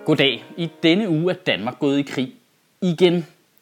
Goddag. I denne uge er Danmark gået i krig. Igen.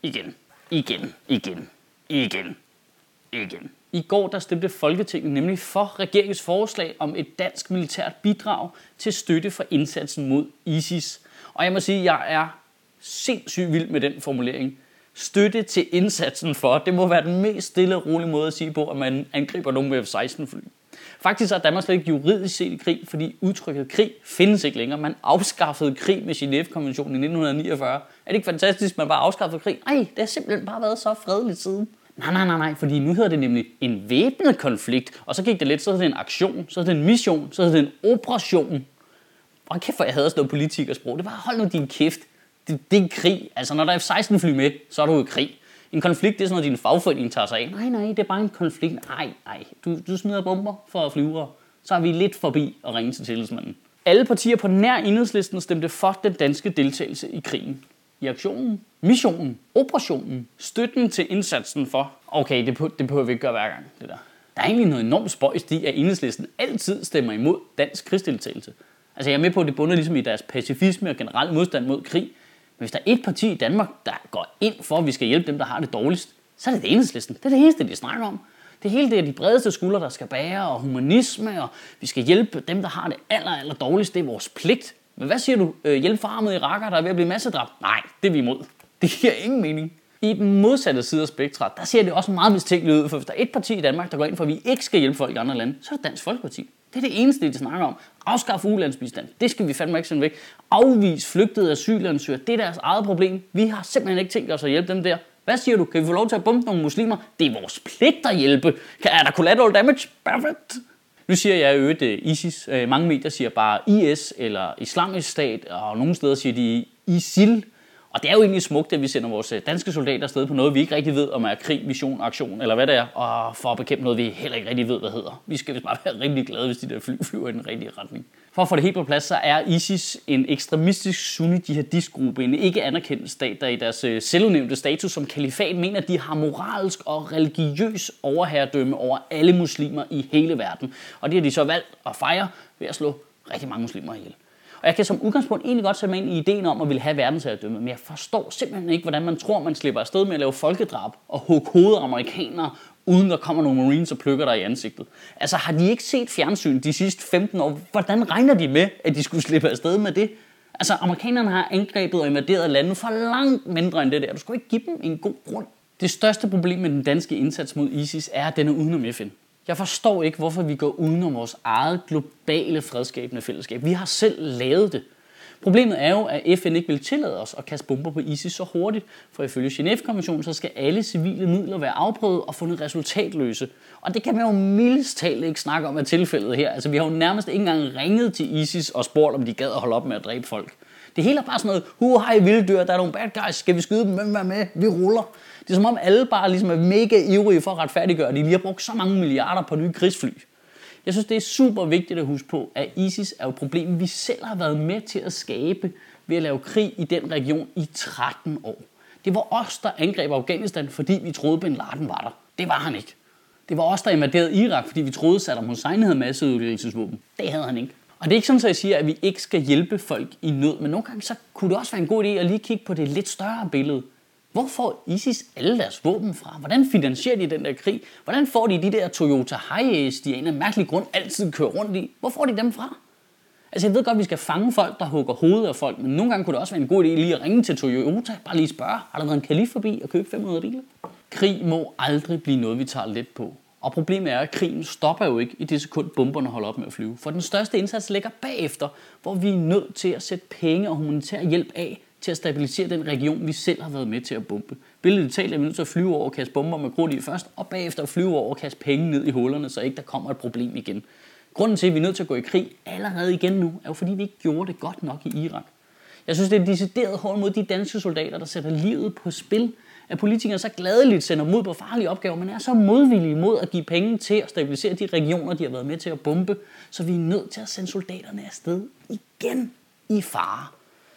I går der stemte Folketinget nemlig for regeringens forslag om et dansk militært bidrag til støtte for indsatsen mod ISIS. Og jeg må sige, at jeg er sindssygt vild med den formulering. Støtte til indsatsen for. Det må være den mest stille og rolige måde at sige på, at man angriber nogen med F-16-fly. Faktisk er Danmark slet ikke juridisk set i krig, fordi udtrykket krig findes ikke længere. Man afskaffede krig med Genève-konventionen i 1949. Er det ikke fantastisk, man bare afskaffede krig? Nej, det har simpelthen bare været så fredeligt siden. Nej, fordi nu hedder det nemlig en væbnet konflikt, og så gik det lidt, så hed det en aktion, så hed det en mission, så hed det en operation. Og kæft, for jeg hader sådan noget politikersprog. Det var, hold nu din kæft. Det er krig. Altså, når der er F-16-fly med, så er du i krig. En konflikt, det er sådan noget, din fagforening tager sig af. Nej, det er bare en konflikt. Nej. Du smider bomber for flyvere. Så er vi lidt forbi at ringe til tillidsmanden. Alle partier på nær Enhedslisten stemte for den danske deltagelse i krigen. I aktionen, missionen, operationen, støtten til indsatsen for. Okay, det behøver vi ikke gøre hver gang, det der. Der er egentlig noget enormt spøjst i, at Enhedslisten altid stemmer imod dansk krigsdeltagelse. Altså, jeg er med på, at det bunder ligesom i deres pacifisme og generel modstand mod krig. Men hvis der er et parti i Danmark, der går ind for, at vi skal hjælpe dem, der har det dårligst, så er det Enhedslisten. Det er det eneste, de snakker om. Det hele det er de bredeste skuldre, der skal bære, og humanisme, og vi skal hjælpe dem, der har det aller dårligst. Det er vores pligt. Men hvad siger du? Hjælp farmede irakere, der er ved at blive massedræbt? Nej, det er vi imod. Det giver ingen mening. I den modsatte side af spektret, der ser det også meget mistænkeligt ud, for hvis der er et parti i Danmark, der går ind for, at vi ikke skal hjælpe folk i andre lande, så er det Dansk Folkeparti. Det er det eneste, de snakker om. Afskaf ulandsbistand. Det skal vi fandme ikke sende væk. Afvis flygtede asylansøgere. Det er deres eget problem. Vi har simpelthen ikke tænkt os at hjælpe dem der. Hvad siger du? Kan vi få lov til at bombe nogle muslimer? Det er vores pligt at hjælpe. Er der collateral damage? Perfekt. Nu siger jeg jo ISIS. Mange medier siger bare IS eller Islamisk Stat, og nogle steder siger de ISIL. Og det er jo egentlig smukt, at vi sender vores danske soldater afsted på noget, vi ikke rigtig ved, om er krig, mission, aktion eller hvad det er, og for at bekæmpe noget, vi heller ikke rigtig ved, hvad hedder. Vi skal vist bare være rigtig glade, hvis de der fly flyver i den rigtige retning. For at få det helt på plads, så er ISIS en ekstremistisk sunni-jihadistgruppe, en ikke anerkendt stat, der i deres selvudnævnte status som kalifat mener, at de har moralsk og religiøs overherredømme over alle muslimer i hele verden. Og det har de så valgt at fejre ved at slå rigtig mange muslimer ihjel. Og jeg kan som udgangspunkt egentlig godt sætte mig ind i ideen om at ville have verdensherredømme, men jeg forstår simpelthen ikke, hvordan man tror, man slipper afsted med at lave folkedrab og hugge hovedet af amerikanere, uden der kommer nogle marines og plukker der i ansigtet. Altså, har de ikke set fjernsyn de sidste 15 år? Hvordan regner de med, at de skulle slippe afsted med det? Altså, amerikanerne har angrebet og invaderet landet for langt mindre end det der. Du skal ikke give dem en god grund. Det største problem med den danske indsats mod ISIS er, at den er udenom FN. Jeg forstår ikke, hvorfor vi går udenom vores eget globale fredsskabende fællesskab. Vi har selv lavet det. Problemet er jo, at FN ikke vil tillade os at kaste bomber på ISIS så hurtigt, for ifølge Genève-konventionen, så skal alle civile midler være afprøvet og fundet resultatløse. Og det kan man jo mildest talt ikke snakke om af tilfældet her. Altså, vi har jo nærmest ikke engang ringet til ISIS og spurgt, om de gad at holde op med at dræbe folk. Det hele er bare sådan noget, hej vilde dyr, der er nogle bad guys, skal vi skyde dem, hvem er med, vi ruller. Det er som om alle bare ligesom er mega ivrige for at retfærdiggøre, at de lige har brugt så mange milliarder på nye krigsfly. Jeg synes, det er super vigtigt at huske på, at ISIS er jo et problem, vi selv har været med til at skabe ved at lave krig i den region i 13 år. Det var os, der angreb Afghanistan, fordi vi troede, Bin Laden var der. Det var han ikke. Det var os, der invaderede Irak, fordi vi troede, Saddam Hussein havde masseødelæggelsesvåben. Det havde han ikke. Og det er ikke sådan, at jeg siger, at vi ikke skal hjælpe folk i nød, men nogle gange så kunne det også være en god idé at lige kigge på det lidt større billede. Hvor får ISIS alle deres våben fra? Hvordan finansierer de den der krig? Hvordan får de der Toyota Hiace, de af en mærkelig grund altid kører rundt i? Hvor får de dem fra? Altså, jeg ved godt, at vi skal fange folk, der hugger hovedet af folk, men nogle gange kunne det også være en god idé lige at ringe til Toyota, bare lige spørge, har der været en kalif forbi og købe 500 biler? Krig må aldrig blive noget, vi tager let på. Og problemet er, at krigen stopper jo ikke i det sekund, bomberne holder op med at flyve. For den største indsats ligger bagefter, hvor vi er nødt til at sætte penge og humanitær hjælp af til at stabilisere den region, vi selv har været med til at bombe. Billedet talt er vi nødt til at flyve over og kaste bomber med krudt i først, og bagefter flyve over og kaste penge ned i hullerne, så ikke der kommer et problem igen. Grunden til, at vi er nødt til at gå i krig allerede igen nu, er jo fordi vi ikke gjorde det godt nok i Irak. Jeg synes, det er et decideret hårdt mod de danske soldater, der sætter livet på spil, at politikere så gladeligt sender mod på farlige opgaver, men er så modvillige mod at give penge til at stabilisere de regioner, de har været med til at bombe, så vi er nødt til at sende soldaterne afsted igen i fare.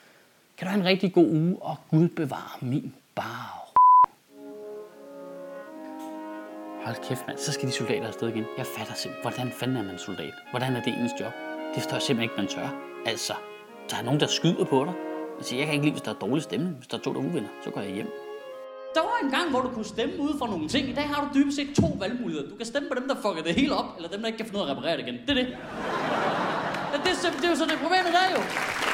Kan du have en rigtig god uge, og Gud bevare min bar. Hold kæft, mand. Så skal de soldater afsted igen. Jeg fatter simpelthen, hvordan fanden er man soldat? Hvordan er det ens job? Det forstår jeg simpelthen ikke, man tør. Altså, der er nogen, der skyder på dig. Altså, jeg kan ikke lide, hvis der er dårlig stemning. Hvis der er to, der uvinder, så går jeg hjem. Der var en gang, hvor du kunne stemme ud for nogle ting. I dag har du dybest set 2 valgmuligheder. Du kan stemme på dem, der fucker det hele op, eller dem, der ikke kan finde ud af at reparere det igen. Det er det. Det er jo så det problemet der jo.